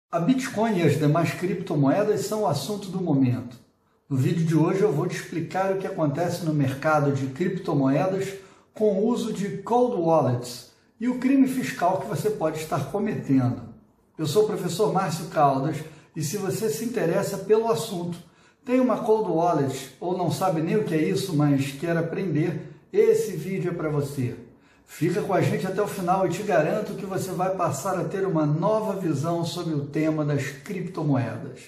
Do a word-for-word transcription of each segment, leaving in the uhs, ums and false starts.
A Bitcoin e as demais criptomoedas são o assunto do momento. No vídeo de hoje eu vou te explicar o que acontece no mercado de criptomoedas com o uso de cold wallets e o crime fiscal que você pode estar cometendo. Eu sou o professor Márcio Caldas e se você se interessa pelo assunto, tem uma cold wallet ou não sabe nem o que é isso, mas quer aprender, esse vídeo é para você. Fica com a gente até o final e te garanto que você vai passar a ter uma nova visão sobre o tema das criptomoedas.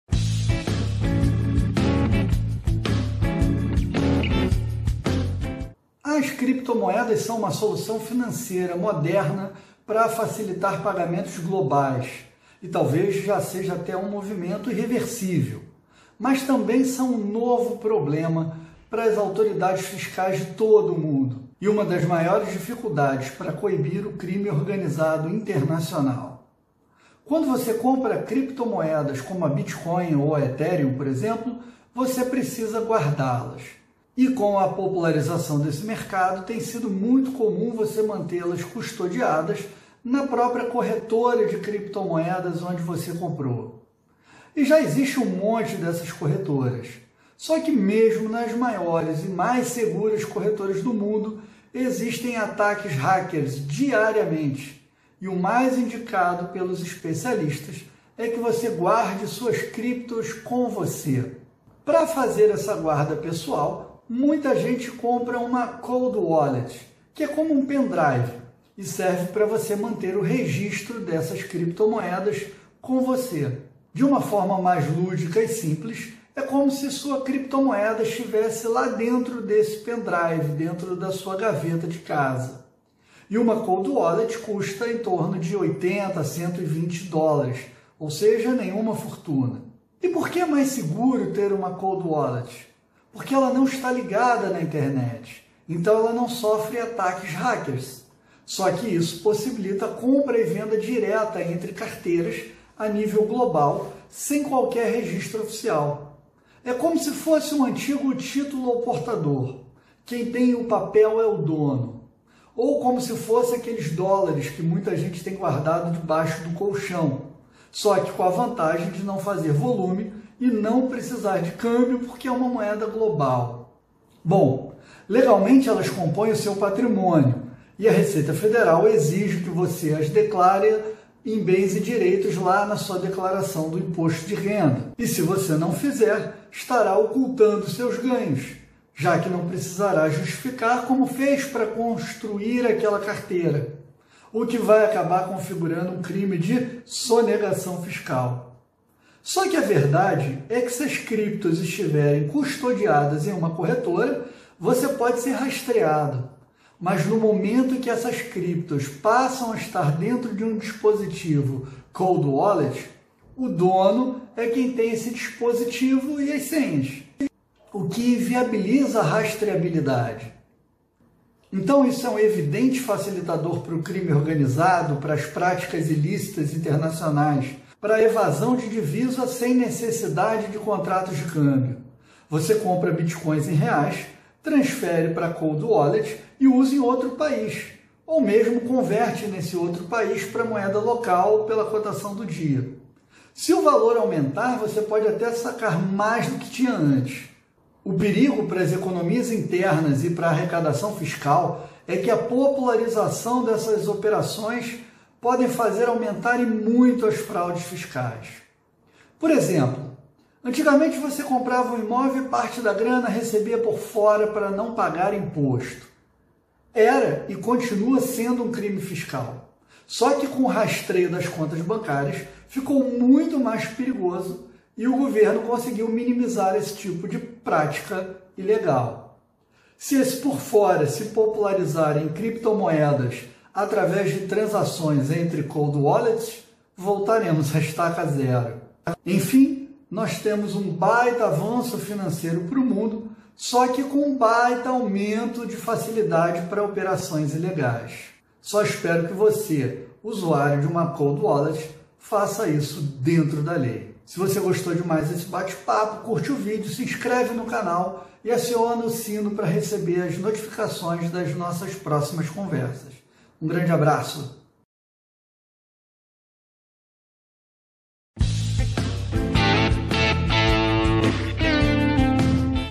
As criptomoedas são uma solução financeira moderna para facilitar pagamentos globais e talvez já seja até um movimento irreversível, mas também são um novo problema para as autoridades fiscais de todo o mundo e uma das maiores dificuldades para coibir o crime organizado internacional. Quando você compra criptomoedas como a Bitcoin ou a Ethereum, por exemplo, você precisa guardá-las. E com a popularização desse mercado, tem sido muito comum você mantê-las custodiadas na própria corretora de criptomoedas onde você comprou. E já existe um monte dessas corretoras. Só que mesmo nas maiores e mais seguras corretoras do mundo, existem ataques hackers diariamente. E o mais indicado pelos especialistas é que você guarde suas criptos com você. Para fazer essa guarda pessoal, muita gente compra uma cold wallet, que é como um pendrive, e serve para você manter o registro dessas criptomoedas com você. De uma forma mais lúdica e simples, é como se sua criptomoeda estivesse lá dentro desse pendrive, dentro da sua gaveta de casa. E uma cold wallet custa em torno de oitenta a cento e vinte dólares, ou seja, nenhuma fortuna. E por que é mais seguro ter uma cold wallet? Porque ela não está ligada na internet, então ela não sofre ataques hackers. Só que isso possibilita a compra e venda direta entre carteiras a nível global, sem qualquer registro oficial. É como se fosse um antigo título ao portador. Quem tem o papel é o dono. Ou como se fosse aqueles dólares que muita gente tem guardado debaixo do colchão. Só que com a vantagem de não fazer volume e não precisar de câmbio porque é uma moeda global. Bom, legalmente elas compõem o seu patrimônio e a Receita Federal exige que você as declare em bens e direitos lá na sua declaração do imposto de renda. E se você não fizer, estará ocultando seus ganhos, já que não precisará justificar como fez para construir aquela carteira, o que vai acabar configurando um crime de sonegação fiscal. Só que a verdade é que se as criptos estiverem custodiadas em uma corretora, você pode ser rastreado. Mas no momento em que essas criptos passam a estar dentro de um dispositivo cold wallet, o dono é quem tem esse dispositivo e as senhas, o que inviabiliza a rastreabilidade. Então isso é um evidente facilitador para o crime organizado, para as práticas ilícitas internacionais, para a evasão de divisa sem necessidade de contratos de câmbio. Você compra bitcoins em reais, transfere para a cold wallet e usa em outro país, ou mesmo converte nesse outro país para moeda local pela cotação do dia. Se o valor aumentar, você pode até sacar mais do que tinha antes. O perigo para as economias internas e para a arrecadação fiscal é que a popularização dessas operações podem fazer aumentar e muito as fraudes fiscais. Por exemplo, antigamente você comprava um imóvel e parte da grana recebia por fora para não pagar imposto. Era e continua sendo um crime fiscal. Só que com o rastreio das contas bancárias ficou muito mais perigoso e o governo conseguiu minimizar esse tipo de prática ilegal. Se esse por fora se popularizar em criptomoedas através de transações entre cold wallets, voltaremos à estaca zero. Enfim, nós temos um baita avanço financeiro para o mundo, só que com um baita aumento de facilidade para operações ilegais. Só espero que você, usuário de uma cold wallet, faça isso dentro da lei. Se você gostou demais desse bate-papo, curte o vídeo, se inscreve no canal e aciona o sino para receber as notificações das nossas próximas conversas. Um grande abraço!